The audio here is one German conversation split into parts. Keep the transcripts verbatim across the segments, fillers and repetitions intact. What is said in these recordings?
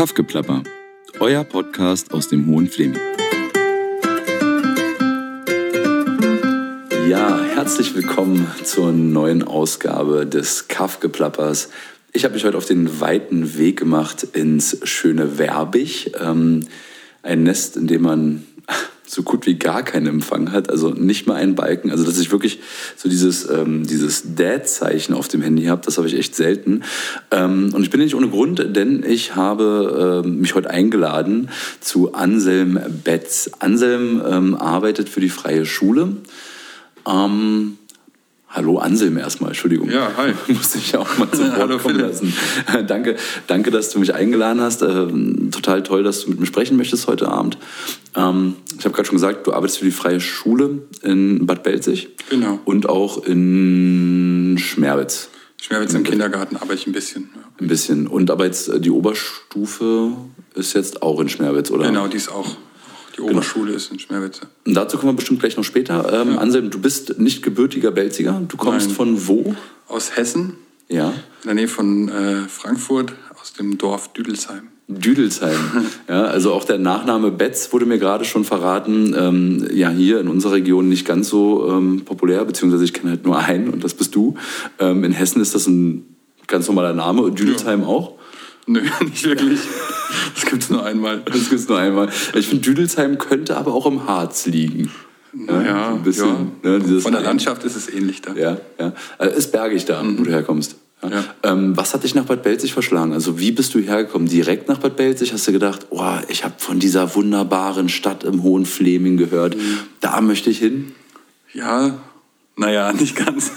Kaffgeplapper, euer Podcast aus dem Hohen Fleming. Ja, herzlich willkommen zur neuen Ausgabe des Kaffgeplappers. Ich habe mich heute auf den weiten Weg gemacht ins schöne Werbig. Ähm, ein Nest, in dem man so gut wie gar keinen Empfang hat, also nicht mal einen Balken. Also dass ich wirklich so dieses, ähm, dieses Dad-Zeichen auf dem Handy habe, das habe ich echt selten. Ähm, und ich bin nicht ohne Grund, denn ich habe ähm, mich heute eingeladen zu Anselm Betz. Anselm ähm, arbeitet für die Freie Schule. Ähm, Hallo Anselm erstmal, Entschuldigung. Ja, hi. Muss ich ja auch mal zu Wort Hallo, kommen lassen. danke, danke, dass du mich eingeladen hast. Ähm, total toll, dass du mit mir sprechen möchtest heute Abend. Ähm, ich habe gerade schon gesagt, du arbeitest für die Freie Schule in Bad Belzig. Genau. Und auch in Schmerwitz. Schmerwitz im Kindergarten arbeite ich ein bisschen. Ja. Ein bisschen. Und aber jetzt die Oberstufe ist jetzt auch in Schmerwitz, oder? Genau, die ist auch. Die Oberschule genau. ist in Schmerwitz. Und dazu kommen wir bestimmt gleich noch später. Ähm, ja. Anselm, du bist nicht gebürtiger Belziger. Du kommst Nein. von wo? Aus Hessen. Ja. In der Nähe von äh, Frankfurt, aus dem Dorf Düdelsheim. Düdelsheim. Ja, also auch der Nachname Betz wurde mir gerade schon verraten. Ähm, ja, hier in unserer Region nicht ganz so ähm, populär, beziehungsweise ich kenne halt nur einen und das bist du. Ähm, in Hessen ist das ein ganz normaler Name und Düdelsheim ja. auch? Nö, nicht wirklich. Das gibt es nur einmal. Das gibt es nur einmal. Ich finde, Düdelsheim könnte aber auch im Harz liegen. Ja, ja, ein bisschen, ja. Ne, dieses Von der Landschaft ist es ähnlich da. Ja, ja. Also ist bergig da, mhm. wo du herkommst. Ja. Ja. Ähm, was hat dich nach Bad Belzig verschlagen? Also wie bist du hergekommen? Direkt nach Bad Belzig? Hast du gedacht, oh, ich habe von dieser wunderbaren Stadt im Hohen Fleming gehört. Mhm. Da möchte ich hin? Ja, naja, nicht ganz.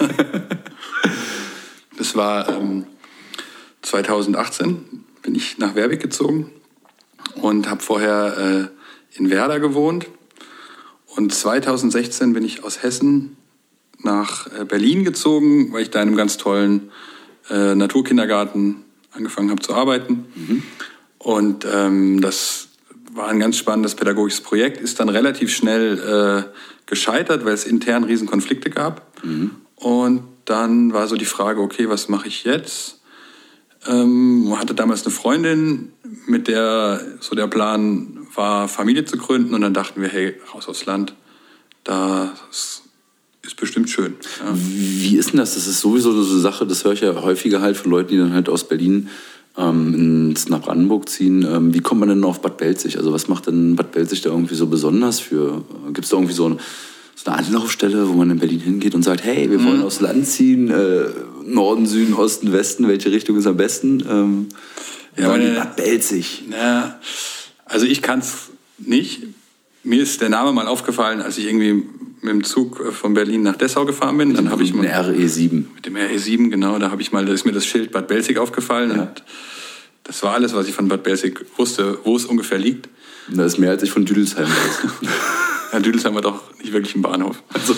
Das war ähm, zweitausendachtzehn, bin ich nach Werbig gezogen und habe vorher äh, in Werder gewohnt. Und zweitausendsechzehn bin ich aus Hessen nach äh, Berlin gezogen, weil ich da in einem ganz tollen äh, Naturkindergarten angefangen habe zu arbeiten. Mhm. Und ähm, das war ein ganz spannendes pädagogisches Projekt, ist dann relativ schnell äh, gescheitert, weil es intern Riesenkonflikte gab. Mhm. Und dann war so die Frage, okay, was mache ich jetzt? Ähm, hatte damals eine Freundin, mit der so der Plan war, Familie zu gründen. Und dann dachten wir, hey, raus aufs Land, das ist bestimmt schön. Ja. Wie ist denn das? Das ist sowieso so eine Sache, das höre ich ja häufiger halt von Leuten, die dann halt aus Berlin ähm, ins, nach Brandenburg ziehen. Ähm, wie kommt man denn auf Bad Belzig? Also was macht denn Bad Belzig da irgendwie so besonders für? Gibt es da irgendwie so eine, so eine Anlaufstelle, wo man in Berlin hingeht und sagt, hey, wir wollen mhm. aufs Land ziehen, äh, Norden, Süden, Osten, Westen, welche Richtung ist am besten? Ähm, ja, meine, Bad Belzig. Na, also ich kann es nicht. Mir ist der Name mal aufgefallen, als ich irgendwie mit dem Zug von Berlin nach Dessau gefahren bin. Dann habe ich mal mit dem R E sieben. Mit dem R E sieben, genau. Da habe ich mal, da ist mir das Schild Bad Belzig aufgefallen. Ja. Und das war alles, was ich von Bad Belzig wusste, wo es ungefähr liegt. Das ist mehr, als ich von Düdelsheim weiß. Ja, Düdelsheim war doch nicht wirklich ein Bahnhof. Also,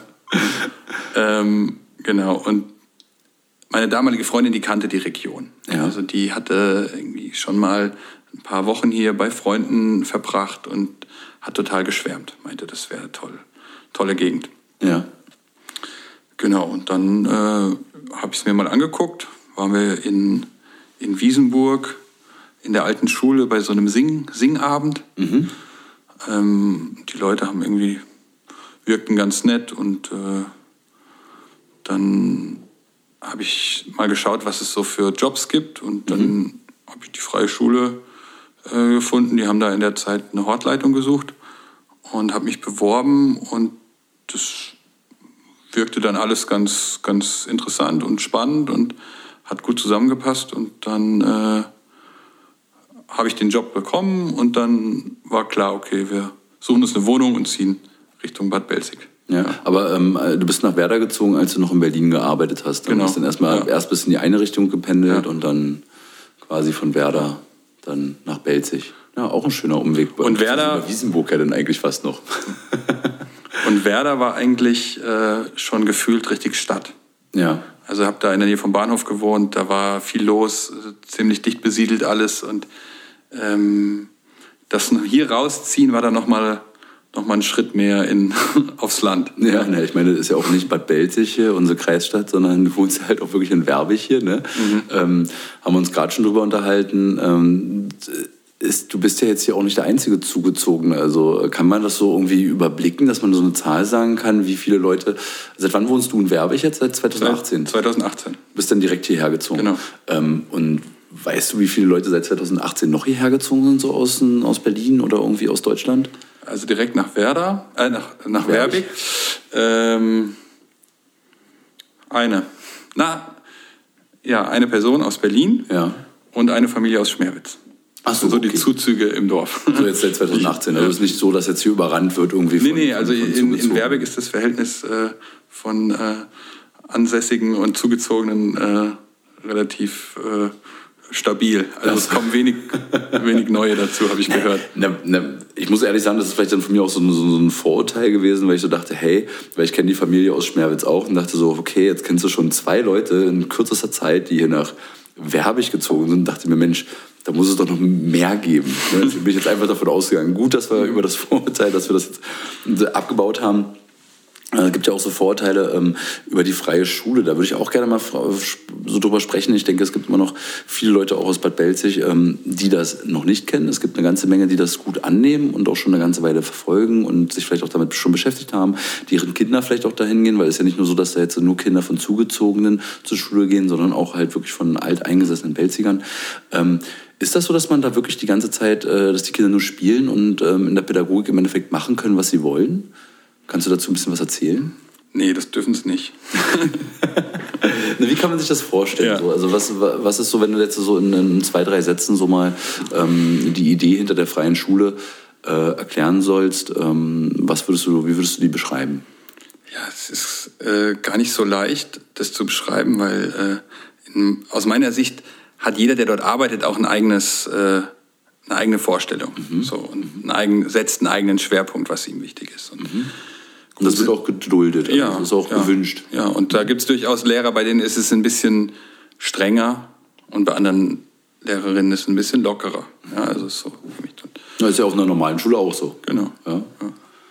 ähm, genau. Und meine damalige Freundin, die kannte die Region. Ja. Also die hatte irgendwie schon mal ein paar Wochen hier bei Freunden verbracht und hat total geschwärmt. Meinte, das wäre toll. Tolle Gegend. Ja. Genau, und dann äh, habe ich es mir mal angeguckt. Waren wir in, in Wiesenburg in der alten Schule bei so einem Sing, Singabend. Mhm. Ähm, die Leute haben irgendwie, wirkten ganz nett und äh, dann habe ich mal geschaut, was es so für Jobs gibt und dann mhm. habe ich die Freie Schule äh, gefunden. Die haben da in der Zeit eine Hortleitung gesucht und habe mich beworben und das wirkte dann alles ganz, ganz interessant und spannend und hat gut zusammengepasst und dann äh, habe ich den Job bekommen und dann war klar, okay, wir suchen uns eine Wohnung und ziehen Richtung Bad Belzig. Ja, ja. Aber ähm, du bist nach Werder gezogen, als du noch in Berlin gearbeitet hast. Dann genau. bist dann erstmal ja. erst bis in die eine Richtung gependelt ja. und dann quasi von Werder dann nach Belzig. Ja, auch ein schöner Umweg. Und Werder... Über Wiesenburg ja dann eigentlich fast noch. Und Werder war eigentlich äh, schon gefühlt richtig Stadt. Ja. Also habe da in der Nähe vom Bahnhof gewohnt, da war viel los, ziemlich dicht besiedelt alles und ähm, das hier rausziehen war dann nochmal nochmal einen Schritt mehr in, aufs Land. Ja, ne, ich meine, das ist ja auch nicht Bad Belzig hier, unsere Kreisstadt, sondern du wohnst ja halt auch wirklich in Werbig hier. Ne? Mhm. Ähm, haben wir uns gerade schon drüber unterhalten. Ähm, ist, du bist ja jetzt hier auch nicht der einzige Zugezogene. Also kann man das so irgendwie überblicken, dass man so eine Zahl sagen kann, wie viele Leute... Seit wann wohnst du in Werbig jetzt? Seit zwanzig achtzehn? Seit zwanzig achtzehn. Du bist dann direkt hierher gezogen. Genau. Ähm, und weißt du, wie viele Leute seit zwanzig achtzehn noch hierher gezogen sind, so aus, aus Berlin oder irgendwie aus Deutschland? Also direkt nach Werder, äh, nach, nach Werbig. Ähm, eine. Na, ja, eine Person aus Berlin ja. und eine Familie aus Schmerwitz. Ach so, so okay. Die Zuzüge im Dorf. So jetzt seit zwanzig achtzehn. Also es ist nicht so, dass jetzt hier überrannt wird irgendwie von... Nee, nee, also von, von in, in Werbig ist das Verhältnis äh, von äh, Ansässigen und Zugezogenen äh, relativ äh, stabil. Also das es kommen wenig, wenig Neue dazu, habe ich gehört. Ne, ne, ich muss ehrlich sagen, das ist vielleicht dann von mir auch so, so, so ein Vorurteil gewesen, weil ich so dachte, hey, weil ich kenne die Familie aus Schmerwitz auch und dachte so, okay, jetzt kennst du schon zwei Leute in kürzester Zeit, die hier nach Werbig gezogen sind, und dachte mir, Mensch, da muss es doch noch mehr geben. Deswegen bin ich jetzt einfach davon ausgegangen. Gut, dass wir über das Vorurteil, dass wir das jetzt abgebaut haben. Es gibt ja auch so Vorurteile ähm, über die freie Schule. Da würde ich auch gerne mal so drüber sprechen. Ich denke, es gibt immer noch viele Leute auch aus Bad Belzig, ähm, die das noch nicht kennen. Es gibt eine ganze Menge, die das gut annehmen und auch schon eine ganze Weile verfolgen und sich vielleicht auch damit schon beschäftigt haben, die ihren Kinder vielleicht auch dahin gehen, weil es ist ja nicht nur so, dass da jetzt nur Kinder von Zugezogenen zur Schule gehen, sondern auch halt wirklich von alteingesessenen Belzigern. Ähm, Ist das so, dass man da wirklich die ganze Zeit, äh, dass die Kinder nur spielen und ähm, in der Pädagogik im Endeffekt machen können, was sie wollen? Kannst du dazu ein bisschen was erzählen? Nee, das dürfen sie nicht. Wie kann man sich das vorstellen? Ja. So? Also was, was ist so, wenn du jetzt so in, in zwei, drei Sätzen so mal ähm, die Idee hinter der freien Schule äh, erklären sollst? Ähm, was würdest du, wie würdest du die beschreiben? Ja, es ist äh, gar nicht so leicht, das zu beschreiben, weil äh, in, aus meiner Sicht hat jeder, der dort arbeitet, auch ein eigenes, äh, eine eigene Vorstellung. Mhm. So, und einen eigen, setzt einen eigenen Schwerpunkt, was ihm wichtig ist. Und, mhm. und das wird auch geduldet, also ja, das ist auch ja, gewünscht. Ja, und da gibt es durchaus Lehrer, bei denen ist es ein bisschen strenger und bei anderen Lehrerinnen ist es ein bisschen lockerer. Ja, also ist so für mich dann. Das ist ja auch in einer normalen Schule auch so. Genau. Ja. Ja.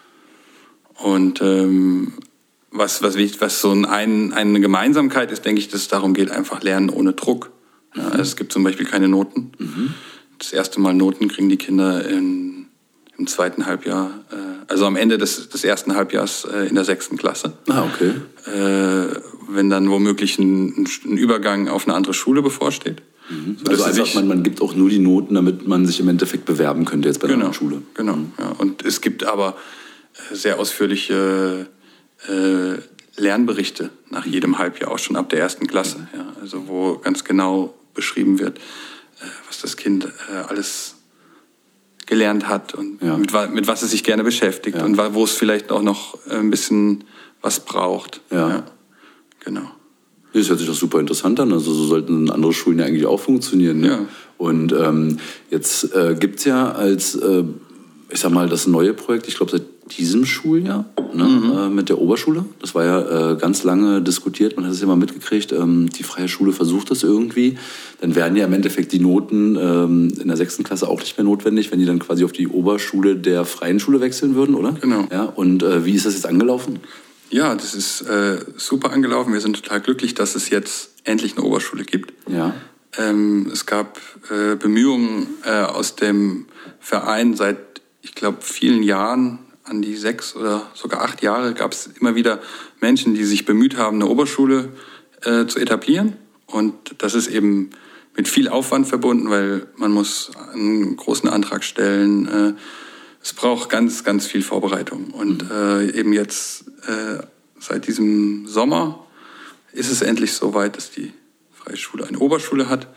Und ähm, was, was, was so ein, eine Gemeinsamkeit ist, denke ich, dass es darum geht, einfach lernen ohne Druck. Ja, also es gibt zum Beispiel keine Noten. Mhm. Das erste Mal Noten kriegen die Kinder in, im zweiten Halbjahr, äh, also am Ende des, des ersten Halbjahres äh, in der sechsten Klasse. Ah, okay. Äh, wenn dann womöglich ein, ein Übergang auf eine andere Schule bevorsteht. Mhm. Also einfach, man, man gibt auch nur die Noten, damit man sich im Endeffekt bewerben könnte jetzt bei genau, einer Schule. Genau, ja. Und es gibt aber sehr ausführliche äh, Lernberichte nach jedem Halbjahr, auch schon ab der ersten Klasse. Ja. Also wo ganz genau beschrieben wird, äh, was das Kind äh, alles gelernt hat und ja. mit, mit was es sich gerne beschäftigt ja. und wo es vielleicht auch noch ein bisschen was braucht. Ja. Ja. Genau. Das hört sich doch super interessant an. Also so sollten andere Schulen ja eigentlich auch funktionieren. Ne? Ja. Und ähm, jetzt äh, gibt es ja als, äh, ich sag mal, das neue Projekt, ich glaube seit diesem Schuljahr, ne, mhm. äh, mit der Oberschule. Das war ja äh, ganz lange diskutiert, man hat es ja mal mitgekriegt, ähm, die freie Schule versucht das irgendwie. Dann wären ja im Endeffekt die Noten ähm, in der sechsten Klasse auch nicht mehr notwendig, wenn die dann quasi auf die Oberschule der freien Schule wechseln würden, oder? Genau. Ja, und äh, wie ist das jetzt angelaufen? Ja, das ist äh, super angelaufen. Wir sind total glücklich, dass es jetzt endlich eine Oberschule gibt. Ja. Ähm, es gab äh, Bemühungen äh, aus dem Verein seit, ich glaube, vielen Jahren, an die sechs oder sogar acht Jahre, gab es immer wieder Menschen, die sich bemüht haben, eine Oberschule äh, zu etablieren. Und das ist eben mit viel Aufwand verbunden, weil man muss einen großen Antrag stellen. Äh, es braucht ganz, ganz viel Vorbereitung. Und äh, eben jetzt äh, seit diesem Sommer ist es endlich so weit, dass die Freie Schule eine Oberschule hat.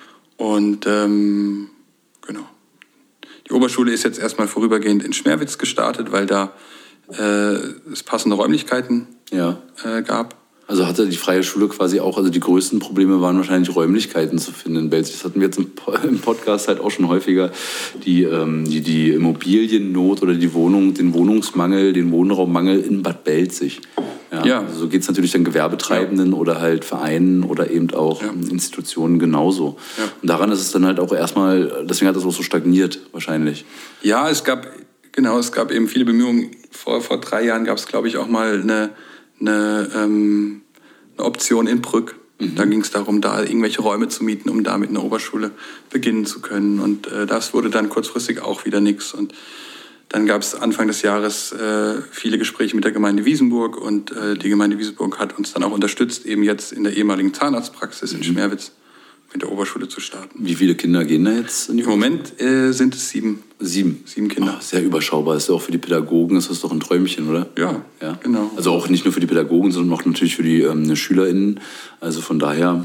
Und ähm, genau. Die Oberschule ist jetzt erstmal vorübergehend in Schmerwitz gestartet, weil da äh, es passende Räumlichkeiten ja. äh, gab. Also hatte die freie Schule quasi auch, also die größten Probleme waren wahrscheinlich Räumlichkeiten zu finden in Belzig. Das hatten wir jetzt im Podcast halt auch schon häufiger, die, ähm, die, die Immobiliennot oder die Wohnung, den Wohnungsmangel, den Wohnraummangel in Bad Belzig. Ja, ja. Also so geht es natürlich dann Gewerbetreibenden ja. oder halt Vereinen oder eben auch ja. Institutionen genauso. Ja. Und daran ist es dann halt auch erstmal, deswegen hat das auch so stagniert wahrscheinlich. Ja, es gab Genau, es gab eben viele Bemühungen. Vor, vor drei Jahren gab es, glaube ich, auch mal eine, eine, ähm, eine Option in Brügg. Mhm. Da ging es darum, da irgendwelche Räume zu mieten, um da mit einer Oberschule beginnen zu können. Und äh, das wurde dann kurzfristig auch wieder nichts. Und dann gab es Anfang des Jahres äh, viele Gespräche mit der Gemeinde Wiesenburg. Und äh, die Gemeinde Wiesenburg hat uns dann auch unterstützt, eben jetzt in der ehemaligen Zahnarztpraxis in Schmerwitz mit der Oberschule zu starten. Wie viele Kinder gehen da jetzt in die Im Moment äh, sind es sieben. Sieben? Sieben Kinder. Oh, sehr überschaubar. Ist ja auch für die Pädagogen, ist das doch ein Träumchen, oder? Ja, ja, genau. Also auch nicht nur für die Pädagogen, sondern auch natürlich für die ähm, SchülerInnen. Also von daher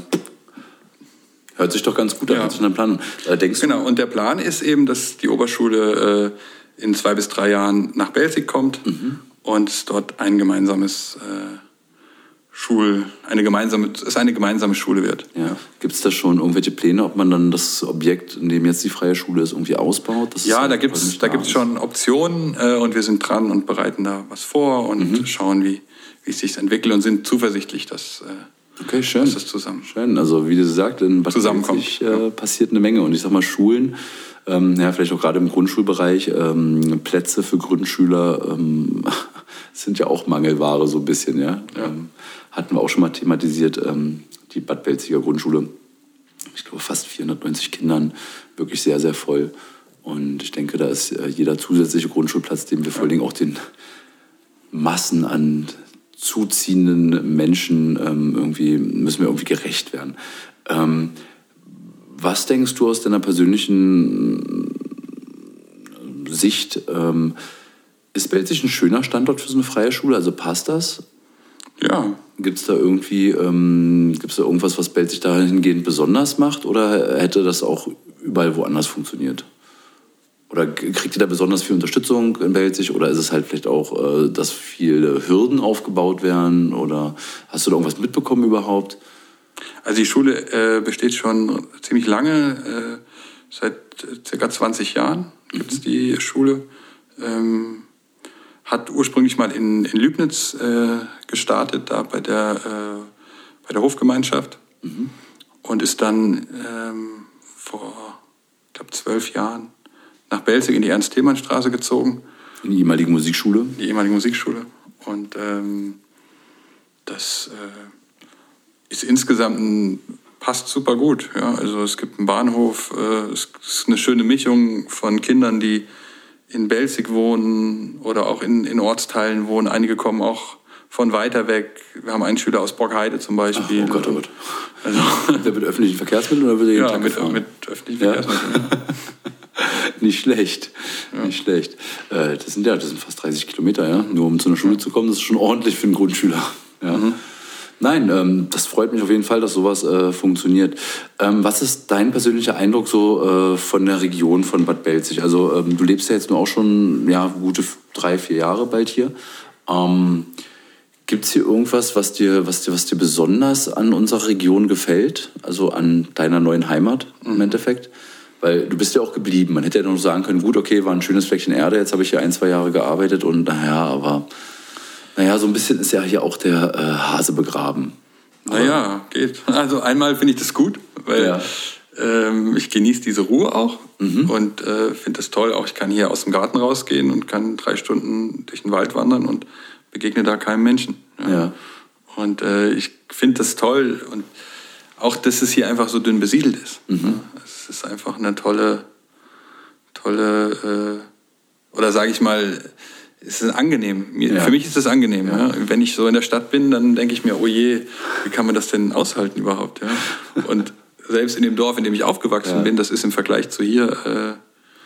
hört sich doch ganz gut an, ja. hört sich an den Plan. Äh, denkst genau, und der Plan ist eben, dass die Oberschule äh, in zwei bis drei Jahren nach Belzig kommt mhm. und dort ein gemeinsames äh, Schul, eine gemeinsame, es eine gemeinsame Schule wird. Ja. Gibt es da schon irgendwelche Pläne, ob man dann das Objekt, in dem jetzt die freie Schule ist, irgendwie ausbaut? Das ja, da gibt es da gibt's schon Optionen äh, und wir sind dran und bereiten da was vor und mhm. schauen, wie, wie es sich entwickelt und sind zuversichtlich, dass, äh, okay, schön. dass das zusammen schön. Also wie du gesagt, in Bad Belzig äh, passiert eine Menge. Und ich sag mal, Schulen, ähm, ja, vielleicht auch gerade im Grundschulbereich, ähm, Plätze für Grundschüler ähm, sind ja auch Mangelware so ein bisschen, ja. ja. Ähm, hatten wir auch schon mal thematisiert, ähm, die Bad Belziger Grundschule. Ich glaube, fast vierhundertneunzig Kindern, wirklich sehr, sehr voll. Und ich denke, da ist äh, jeder zusätzliche Grundschulplatz, den wir vor allen Dingen auch den Massen an zuziehenden Menschen ähm, irgendwie, müssen wir irgendwie gerecht werden. Ähm, was denkst du aus deiner persönlichen Sicht, ähm, ist Belzig ein schöner Standort für so eine freie Schule? Also passt das? Ja. Gibt es da irgendwie, ähm, gibt's da irgendwas, was Belzig dahingehend besonders macht? Oder hätte das auch überall woanders funktioniert? Oder kriegt ihr da besonders viel Unterstützung in Belzig? Oder ist es halt vielleicht auch, äh, dass viele Hürden aufgebaut werden? Oder hast du da irgendwas mitbekommen überhaupt? Also die Schule äh, besteht schon ziemlich lange. Äh, seit circa zwanzig Jahren gibt es die Schule. Ähm, hat ursprünglich mal in, in Lübnitz äh, gestartet, da bei der, äh, bei der Hofgemeinschaft. Mhm. Und ist dann ähm, vor, ich glaube, zwölf Jahren nach Belzig in die Ernst-Thälmann-Straße gezogen. In die ehemalige Musikschule? Die ehemalige Musikschule. Und ähm, das äh, ist insgesamt ein, passt super gut. Ja? Also es gibt einen Bahnhof, äh, es ist eine schöne Mischung von Kindern, die in Belzig wohnen oder auch in, in Ortsteilen wohnen. Einige kommen auch von weiter weg. Wir haben einen Schüler aus Borgheide zum Beispiel. Ach, oh Gott, oh Gott. Also, der mit öffentlichen Verkehrsmitteln oder wird er jeden ja, Tag mit, gefahren? mit öffentlichen ja. Verkehrsmitteln. Ja. Nicht schlecht, ja. nicht schlecht. Äh, das sind ja, das sind fast dreißig Kilometer, ja. Nur um zu einer Schule zu kommen, das ist schon ordentlich für einen Grundschüler. Ja. Mhm. Nein, ähm, das freut mich auf jeden Fall, dass sowas äh, funktioniert. Ähm, was ist dein persönlicher Eindruck so äh, von der Region von Bad Belzig? Also ähm, du lebst ja jetzt nur auch schon ja, gute drei, vier Jahre bald hier. Ähm, Gibt es hier irgendwas, was dir, was, dir, was dir besonders an unserer Region gefällt? Also an deiner neuen Heimat im Endeffekt? Weil du bist ja auch geblieben. Man hätte ja noch sagen können, gut, okay, war ein schönes Fleckchen Erde, jetzt habe ich hier ein, zwei Jahre gearbeitet und naja, aber... Naja, so ein bisschen ist ja hier auch der äh, Hase begraben. Naja, geht. Also einmal finde ich das gut, weil ja. ähm, ich genieße diese Ruhe auch mhm. und äh, finde das toll. Auch ich kann hier aus dem Garten rausgehen und kann drei Stunden durch den Wald wandern und begegne da keinem Menschen. Ja. Ja. Und äh, ich finde das toll und auch, dass es hier einfach so dünn besiedelt ist. Mhm. Es ist einfach eine tolle, tolle, äh, oder sage ich mal, es ist angenehm. Ja. Für mich ist es angenehm. Ja. Ja. Wenn ich so in der Stadt bin, dann denke ich mir, oh je, wie kann man das denn aushalten überhaupt? Ja? Und selbst in dem Dorf, in dem ich aufgewachsen ja. bin, das ist im Vergleich zu hier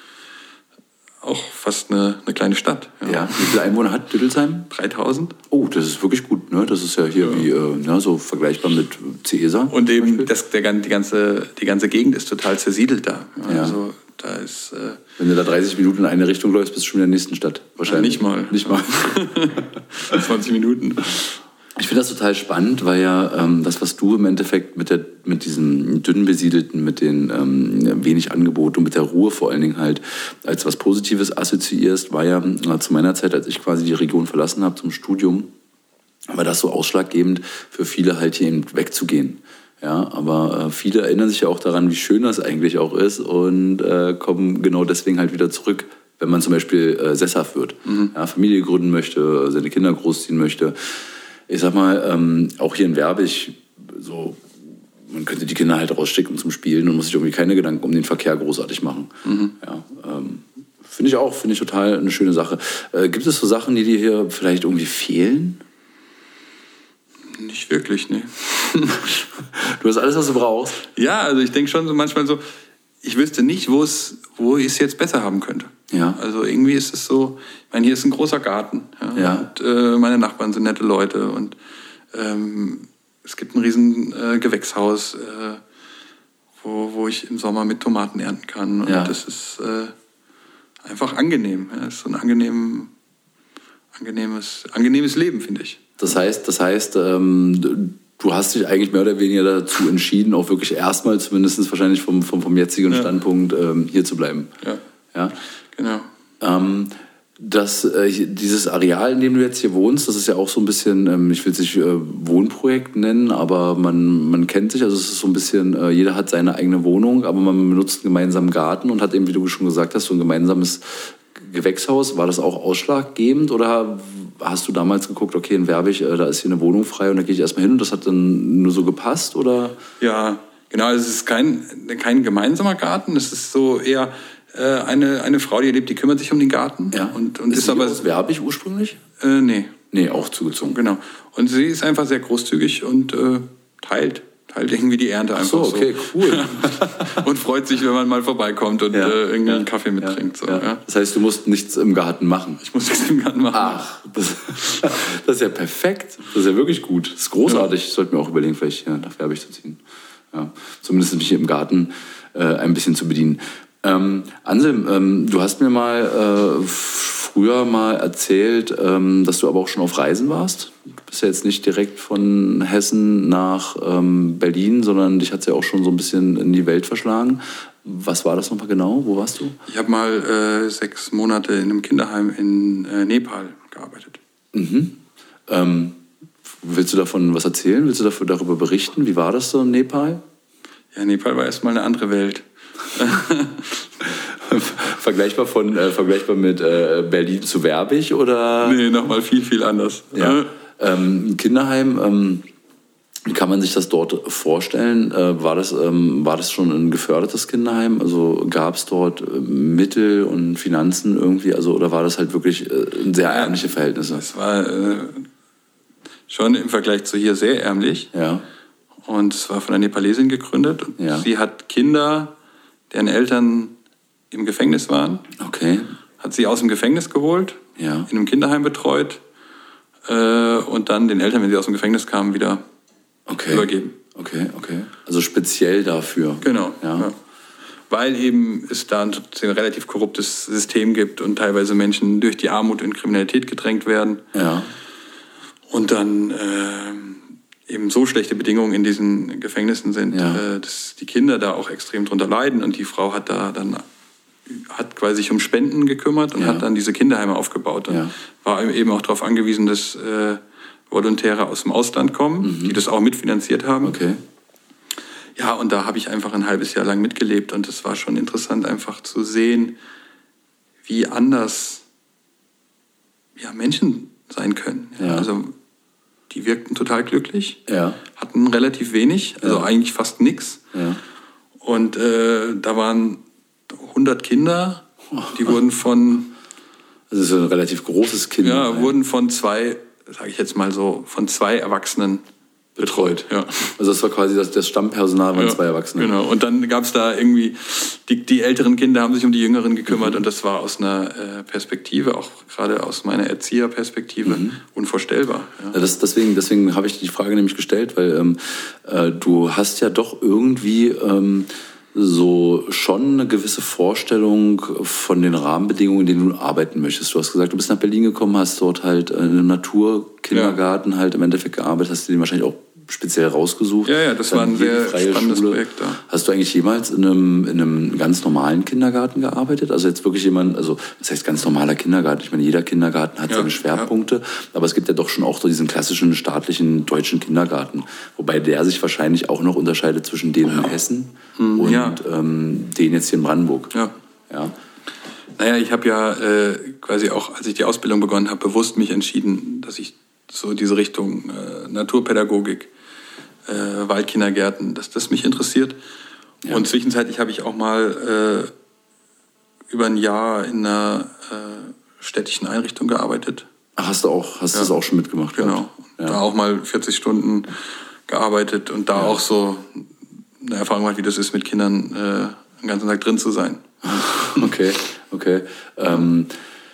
äh, auch fast eine, eine kleine Stadt. Ja. Ja. Wie viele Einwohner hat Düttelsheim? dreitausend. Oh, das ist wirklich gut. Ne? Das ist ja hier ja. wie äh, ne, so vergleichbar mit Ciesa. Und eben das, der, die, ganze, die ganze Gegend ist total zersiedelt da. Ja. Also, da ist, äh, wenn du da dreißig Minuten in eine Richtung läufst, bist du schon in der nächsten Stadt. Wahrscheinlich. Nicht mal. Nicht mal. zwanzig Minuten. Ich finde das total spannend, weil ja ähm, das, was du im Endeffekt mit, der, mit diesem dünn besiedelten, mit den ähm, wenig Angebot und mit der Ruhe vor allen Dingen halt als was Positives assoziierst, war ja äh, zu meiner Zeit, als ich quasi die Region verlassen habe zum Studium, war das so ausschlaggebend für viele halt hier eben wegzugehen. Ja, aber äh, viele erinnern sich ja auch daran, wie schön das eigentlich auch ist und äh, kommen genau deswegen halt wieder zurück. wenn man zum Beispiel äh, sesshaft wird, mhm. ja, Familie gründen möchte, seine Kinder großziehen möchte. Ich sag mal, ähm, auch hier in Werbig, so, man könnte die Kinder halt rausschicken zum Spielen und muss sich irgendwie keine Gedanken um den Verkehr großartig machen. Mhm. Ja, ähm, finde ich auch, finde ich total eine schöne Sache. Äh, gibt es so Sachen, die dir hier vielleicht irgendwie fehlen? Nicht wirklich, ne. Du hast alles, was du brauchst? Ja, also ich denke schon so manchmal so, ich wüsste nicht, wo es, wo ich es jetzt besser haben könnte. Ja. Also irgendwie ist es so, ich meine, hier ist ein großer Garten. Ja, ja. Und äh, meine Nachbarn sind nette Leute und ähm, es gibt ein riesen äh, Gewächshaus, äh, wo, wo ich im Sommer mit Tomaten ernten kann. Und ja. das ist äh, einfach angenehm. Ja. Das ist so ein angenehm, angenehmes, angenehmes Leben, finde ich. Das heißt, das heißt, ähm, du hast dich eigentlich mehr oder weniger dazu entschieden, auch wirklich erstmal zumindest wahrscheinlich vom, vom, vom jetzigen ja. Standpunkt ähm, hier zu bleiben. Ja, ja? Genau. Ähm, das, äh, dieses Areal, in dem du jetzt hier wohnst, das ist ja auch so ein bisschen, ähm, ich will es nicht äh, Wohnprojekt nennen, aber man, man kennt sich, also es ist so ein bisschen, äh, jeder hat seine eigene Wohnung, aber man benutzt einen gemeinsamen Garten und hat eben, wie du schon gesagt hast, so ein gemeinsames Gewächshaus. War das auch ausschlaggebend oder hast du damals geguckt, okay, in Werbig, äh, da ist hier eine Wohnung frei und da gehe ich erstmal hin und das hat dann nur so gepasst, oder? Ja, genau, es ist kein, kein gemeinsamer Garten, es ist so eher äh, eine, eine Frau, die lebt, die kümmert sich um den Garten. Ja. Und, und ist, ist sie aber aus Werbig ursprünglich? Äh, nee. Nee, auch zugezogen. Genau. Und sie ist einfach sehr großzügig und äh, teilt. Teilt irgendwie die Ernte einfach so. Ach so, okay, cool. Und freut sich, wenn man mal vorbeikommt und ja, äh, irgendwie ja, einen Kaffee mittrinkt. So, ja. Ja. Das heißt, du musst nichts im Garten machen? Ich muss nichts im Garten machen. Ach, das, das ist ja perfekt. Das ist ja wirklich gut. Das ist großartig. Ja. Ich sollte mir auch überlegen, vielleicht hier nach Werbig zu ziehen. Ja. Zumindest mich hier im Garten äh, ein bisschen zu bedienen. Ähm, Anselm, ähm, du hast mir mal äh, früher mal erzählt, ähm, dass du aber auch schon auf Reisen warst. Du bist ja jetzt nicht direkt von Hessen nach ähm, Berlin, sondern dich hat es ja auch schon so ein bisschen in die Welt verschlagen. Was war das nochmal genau? Wo warst du? Ich habe mal äh, sechs Monate in einem Kinderheim in äh, Nepal gearbeitet. Mhm. Ähm, willst du davon was erzählen? Willst du dafür, darüber berichten? Wie war das so in Nepal? Ja, Nepal war erstmal eine andere Welt. vergleichbar, von, äh, vergleichbar mit äh, Berlin zu Werbig, oder? Nee, nochmal viel, viel anders. Ja. Ähm, Kinderheim, ähm, wie kann man sich das dort vorstellen? Äh, war, das, ähm, war das schon ein gefördertes Kinderheim? Also gab es dort äh, Mittel und Finanzen irgendwie? Also, oder war das halt wirklich äh, sehr ärmliche Verhältnisse? Es war äh, schon im Vergleich zu hier sehr ärmlich. Ja. Und es war von einer Nepalesin gegründet. Und ja. Sie hat Kinder, deren Eltern im Gefängnis waren. Okay. Hat sie aus dem Gefängnis geholt, ja. in einem Kinderheim betreut äh, und dann den Eltern, wenn sie aus dem Gefängnis kamen, wieder okay. übergeben. Okay, okay. Also speziell dafür. Genau. Ja. Ja. Weil eben es da ein, ein relativ korruptes System gibt und teilweise Menschen durch die Armut in Kriminalität gedrängt werden. Ja. Und dann äh, eben so schlechte Bedingungen in diesen Gefängnissen sind, ja. äh, dass die Kinder da auch extrem drunter leiden. Und die Frau hat da dann hat quasi sich um Spenden gekümmert und ja. hat dann diese Kinderheime aufgebaut. Und ja. war eben auch darauf angewiesen, dass äh, Volontäre aus dem Ausland kommen, mhm. die das auch mitfinanziert haben. Okay. Ja, und da habe ich einfach ein halbes Jahr lang mitgelebt. Und es war schon interessant, einfach zu sehen, wie anders ja, Menschen sein können. Ja, ja. Also die wirkten total glücklich, ja. hatten relativ wenig, also ja. eigentlich fast nichts. Ja. Und äh, da waren hundert Kinder, die wurden von... Das ist ein relativ großes Kind. Ja, ja, wurden von zwei, sage ich jetzt mal so, von zwei Erwachsenen betreut. Ja. Also das war quasi das, das Stammpersonal waren ja, zwei Erwachsene. Genau, und dann gab es da irgendwie, die, die älteren Kinder haben sich um die Jüngeren gekümmert mhm. und das war aus einer äh, Perspektive, auch gerade aus meiner Erzieherperspektive, mhm. unvorstellbar. Ja. Ja, das, deswegen deswegen habe ich die Frage nämlich gestellt, weil ähm, äh, du hast ja doch irgendwie ähm, so schon eine gewisse Vorstellung von den Rahmenbedingungen, in denen du arbeiten möchtest. Du hast gesagt, du bist nach Berlin gekommen, hast dort halt in einem Naturkindergarten ja. halt im Endeffekt gearbeitet, hast du den wahrscheinlich auch speziell rausgesucht. Ja, ja, das dann war ein sehr spannendes Schule. Projekt. Ja. Hast du eigentlich jemals in einem, in einem ganz normalen Kindergarten gearbeitet? Also jetzt wirklich jemand, also was heißt ganz normaler Kindergarten? Ich meine, jeder Kindergarten hat ja, seine Schwerpunkte, ja. aber es gibt ja doch schon auch so diesen klassischen staatlichen deutschen Kindergarten, wobei der sich wahrscheinlich auch noch unterscheidet zwischen denen ja. in Hessen mhm, und ja. ähm, denen jetzt hier in Brandenburg. Ja. Ja. Naja, ich habe ja äh, quasi auch, als ich die Ausbildung begonnen habe, bewusst mich entschieden, dass ich so diese Richtung äh, Naturpädagogik, äh, Waldkindergärten, dass das mich interessiert. Ja. Und zwischenzeitlich habe ich auch mal äh, über ein Jahr in einer äh, städtischen Einrichtung gearbeitet. Ach, hast du auch, hast ja. das auch schon mitgemacht? Genau. Ja. Da auch mal vierzig Stunden gearbeitet und da ja. auch so eine Erfahrung gemacht, wie das ist, mit Kindern äh, den ganzen Tag drin zu sein. Okay, okay. Ähm,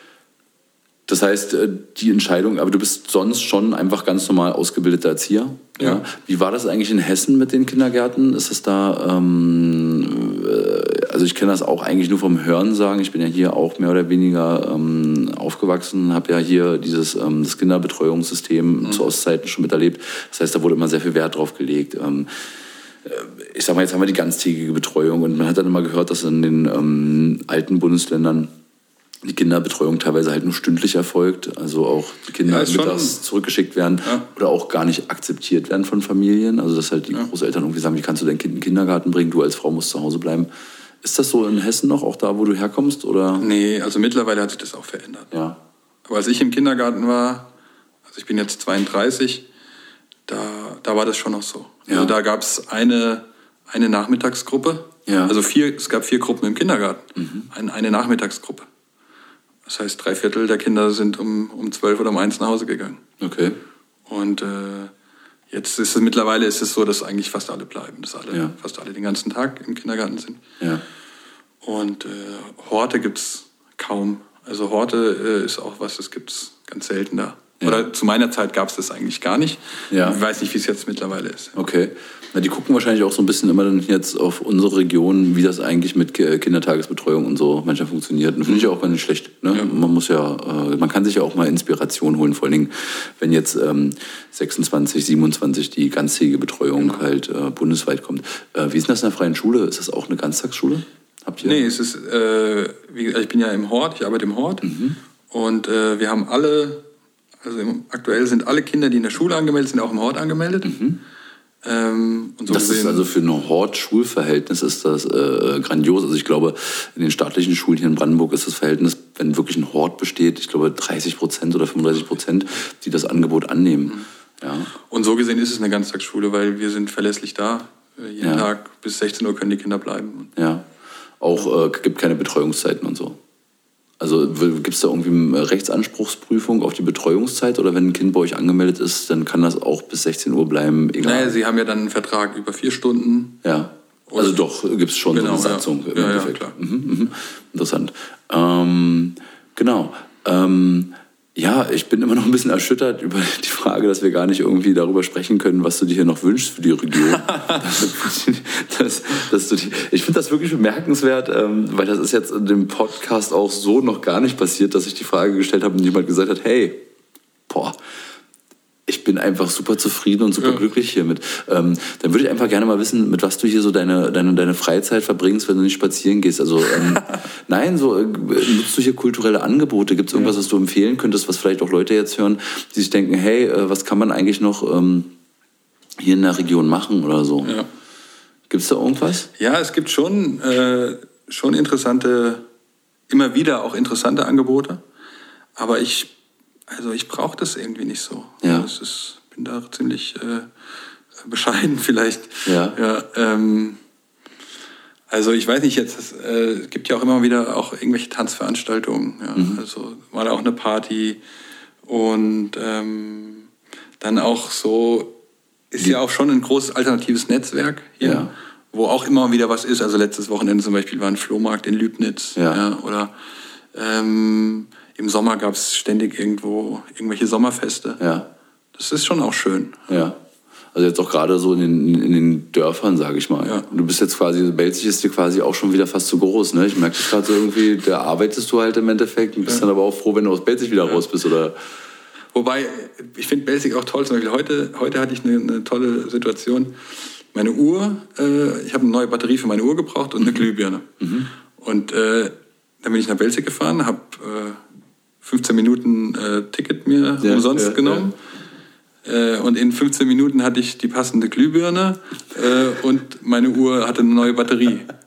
das heißt, die Entscheidung, aber du bist sonst schon einfach ganz normal ausgebildeter Erzieher. Ja. ja. Wie war das eigentlich in Hessen mit den Kindergärten? Ist es da, ähm, also ich kenne das auch eigentlich nur vom Hörensagen. Ich bin ja hier auch mehr oder weniger ähm, aufgewachsen, habe ja hier dieses ähm, das Kinderbetreuungssystem mhm. zu Ostzeiten schon miterlebt. Das heißt, da wurde immer sehr viel Wert drauf gelegt. Ähm, ich sag mal, jetzt haben wir die ganztägige Betreuung und man hat dann immer gehört, dass in den ähm, alten Bundesländern die Kinderbetreuung teilweise halt nur stündlich erfolgt, also auch die Kinder ja, mittags zurückgeschickt werden ja. oder auch gar nicht akzeptiert werden von Familien, also dass halt die ja. Großeltern irgendwie sagen, wie kannst du dein Kind in den Kindergarten bringen, du als Frau musst zu Hause bleiben. Ist das so in Hessen noch, auch da, wo du herkommst? Oder? Nee, also mittlerweile hat sich das auch verändert. Ja. Aber als ich im Kindergarten war, also ich bin jetzt zweiunddreißig, da, da war das schon noch so. Ja. Also da gab es eine, eine Nachmittagsgruppe, ja. also vier, es gab vier Gruppen im Kindergarten, mhm. eine, eine Nachmittagsgruppe. Das heißt, drei Viertel der Kinder sind um, um zwölf oder um eins nach Hause gegangen. Okay. Und äh, jetzt ist es mittlerweile ist es so, dass eigentlich fast alle bleiben, dass alle, ja. fast alle den ganzen Tag im Kindergarten sind. Ja. Und äh, Horte gibt es kaum. Also Horte äh, ist auch was, das gibt es ganz selten da. Ja. Oder zu meiner Zeit gab es das eigentlich gar nicht. Ja. Ich weiß nicht, wie es jetzt mittlerweile ist. Okay. Na, die gucken wahrscheinlich auch so ein bisschen immer dann jetzt auf unsere Region, wie das eigentlich mit Kindertagesbetreuung und so manchmal funktioniert. Und finde ich auch gar nicht schlecht. Ne? Ja. Man muss ja, äh, man kann sich ja auch mal Inspiration holen, vor allen Dingen, wenn jetzt ähm, sechsundzwanzig, siebenundzwanzig die ganztägige Betreuung genau. halt äh, bundesweit kommt. Äh, wie ist denn das in der Freien Schule? Ist das auch eine Ganztagsschule? Habt ihr? Nee, es ist, äh, wie, ich bin ja im Hort, ich arbeite im Hort. Mhm. Und äh, wir haben alle, also im, aktuell sind alle Kinder, die in der Schule angemeldet sind, auch im Hort angemeldet. Mhm. Ähm, und so das ist also für ein Hort-Schulverhältnis ist das äh, grandios. Also ich glaube, in den staatlichen Schulen hier in Brandenburg ist das Verhältnis, wenn wirklich ein Hort besteht, ich glaube dreißig Prozent oder fünfunddreißig Prozent, die das Angebot annehmen. Mhm. Ja. Und so gesehen ist es eine Ganztagsschule, weil wir sind verlässlich da. Jeden ja. Tag bis sechzehn Uhr können die Kinder bleiben. Ja, auch äh, gibt keine Betreuungszeiten und so. Also gibt es da irgendwie eine Rechtsanspruchsprüfung auf die Betreuungszeit oder wenn ein Kind bei euch angemeldet ist, dann kann das auch bis sechzehn Uhr bleiben? Egal. Naja, Sie haben ja dann einen Vertrag über vier Stunden. Ja, also doch, gibt es schon genau, so eine Satzung. Ja, im ja, Endeffekt. Ja, klar. Mhm, mhm. Interessant. Ähm, genau. Ähm, ja, ich bin immer noch ein bisschen erschüttert über die Frage, dass wir gar nicht irgendwie darüber sprechen können, was du dir hier noch wünschst für die Region. das, dass du die, ich finde das wirklich bemerkenswert, ähm, weil das ist jetzt in dem Podcast auch so noch gar nicht passiert, dass ich die Frage gestellt habe und jemand gesagt hat, hey, boah, ich bin einfach super zufrieden und super ja. glücklich hiermit. Ähm, dann würde ich einfach gerne mal wissen, mit was du hier so deine, deine, deine Freizeit verbringst, wenn du nicht spazieren gehst. Also ähm, nein, so äh, nutzt du hier kulturelle Angebote? Gibt es irgendwas, ja. was du empfehlen könntest, was vielleicht auch Leute jetzt hören, die sich denken, hey, äh, was kann man eigentlich noch ähm, hier in der Region machen oder so? Ja. Gibt es da irgendwas? Ja, es gibt schon, äh, schon interessante, immer wieder auch interessante Angebote. Aber ich Also ich brauche das irgendwie nicht so. Ja. Das ist, bin da ziemlich äh, bescheiden vielleicht. Ja. Ja, ähm, also ich weiß nicht jetzt, es äh, gibt ja auch immer wieder auch irgendwelche Tanzveranstaltungen. Ja. Mhm. Also mal auch eine Party und ähm, dann auch so, ist ja auch schon ein großes alternatives Netzwerk hier, ja. wo auch immer wieder was ist. Also letztes Wochenende zum Beispiel war ein Flohmarkt in Lübnitz. Ja. Ja, oder ähm, im Sommer gab es ständig irgendwo irgendwelche Sommerfeste. Ja. Das ist schon auch schön. Ja. Also jetzt auch gerade so in den, in den Dörfern, sage ich mal. Ja. Du bist jetzt quasi, Belzig ist dir quasi auch schon wieder fast zu groß, ne? Ich merke das gerade so irgendwie, da arbeitest du halt im Endeffekt und bist ja. dann aber auch froh, wenn du aus Belzig wieder ja. raus bist, oder? Wobei, ich finde Belzig auch toll. Zum Beispiel heute, heute hatte ich eine, eine tolle Situation. Meine Uhr, äh, ich habe eine neue Batterie für meine Uhr gebraucht und eine mhm. Glühbirne. Mhm. Und äh, dann bin ich nach Belzig gefahren, habe äh, fünfzehn Minuten äh, Ticket mir ja, umsonst ja, genommen. Ja. Äh, und in fünfzehn Minuten hatte ich die passende Glühbirne äh, und meine Uhr hatte eine neue Batterie.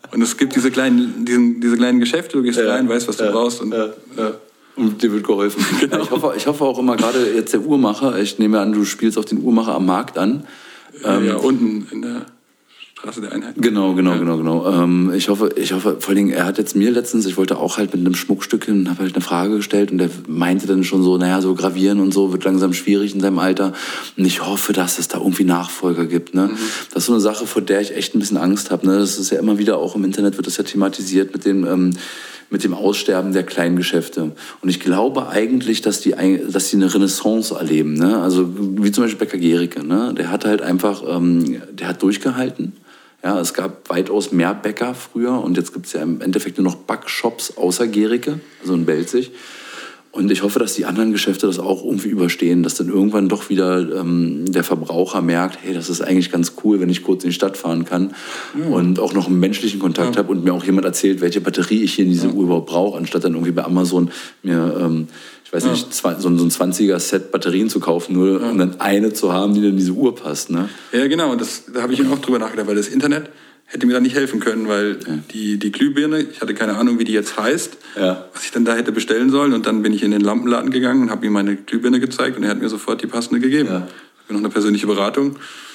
Und es gibt diese kleinen, diesen, diese kleinen Geschäfte, du gehst Ja. rein, weißt, was du Ja. brauchst. Und, Ja. Ja. Und dir wird geholfen. Genau. Ich, hoffe, ich hoffe auch immer, gerade jetzt der Uhrmacher, ich nehme an, du spielst auch den Uhrmacher am Markt an. äh, ja, unten in der Straße der Einheit. Genau, genau, Ja. genau, genau. Ähm, ich hoffe, ich hoffe, vor allen Dingen, er hat jetzt mir letztens, ich wollte auch halt mit einem Schmuckstück hin und habe halt eine Frage gestellt und der meinte dann schon so, naja, so gravieren und so wird langsam schwierig in seinem Alter. Und ich hoffe, dass es da irgendwie Nachfolger gibt. Ne? Mhm. Das ist so eine Sache, vor der ich echt ein bisschen Angst habe. Ne? Das ist ja immer wieder, auch im Internet wird das ja thematisiert mit dem, ähm, mit dem Aussterben der kleinen Geschäfte. Und ich glaube eigentlich, dass die, dass die eine Renaissance erleben. Ne? Also wie zum Beispiel Bäcker Gericke. Ne? Der hat halt einfach, ähm, der hat durchgehalten. Ja, es gab weitaus mehr Bäcker früher und jetzt gibt es ja im Endeffekt nur noch Backshops außer Gericke, also in Belzig. Und ich hoffe, dass die anderen Geschäfte das auch irgendwie überstehen, dass dann irgendwann doch wieder ähm, der Verbraucher merkt, hey, das ist eigentlich ganz cool, wenn ich kurz in die Stadt fahren kann ja. und auch noch einen menschlichen Kontakt ja. habe und mir auch jemand erzählt, welche Batterie ich hier in diese ja. Uhr überhaupt brauche, anstatt dann irgendwie bei Amazon mir, ähm, ich weiß ja. nicht, so ein zwanziger-Set Batterien zu kaufen, nur ja. um dann eine zu haben, die dann in diese Uhr passt. Ne? Ja, genau, und das, da habe ich auch drüber nachgedacht, weil das Internet hätte mir da nicht helfen können, weil ja. die, die Glühbirne, ich hatte keine Ahnung, wie die jetzt heißt, ja. was ich dann da hätte bestellen sollen. Und dann bin ich in den Lampenladen gegangen und habe ihm meine Glühbirne gezeigt und er hat mir sofort die passende gegeben. Ja. Ich habe mir noch eine persönliche Beratung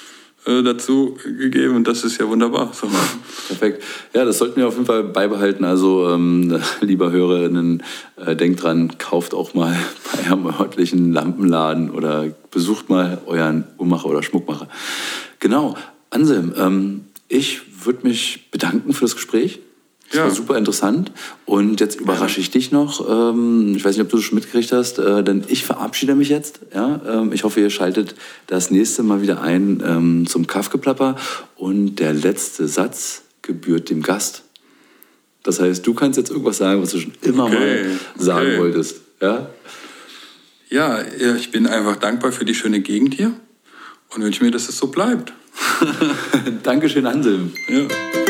äh, dazu gegeben und das ist ja wunderbar. So. Perfekt. Ja, das sollten wir auf jeden Fall beibehalten. Also, ähm, lieber Hörerinnen, äh, denkt dran, kauft auch mal bei eurem örtlichen Lampenladen oder besucht mal euren Uhrmacher oder Schmuckmacher. Genau. Anselm, ähm, ich würde mich bedanken für das Gespräch. Das ja. war super interessant. Und jetzt überrasche ich dich noch. Ähm, ich weiß nicht, ob du das schon mitgekriegt hast, äh, denn ich verabschiede mich jetzt. Ja? Ähm, ich hoffe, ihr schaltet das nächste Mal wieder ein ähm, zum Kaffgeplapper. Und der letzte Satz gebührt dem Gast. Das heißt, du kannst jetzt irgendwas sagen, was du schon immer okay. mal sagen okay. wolltest. Ja? Ja, ich bin einfach dankbar für die schöne Gegend hier und wünsche mir, dass es so bleibt. Dankeschön, Anselm. Ja.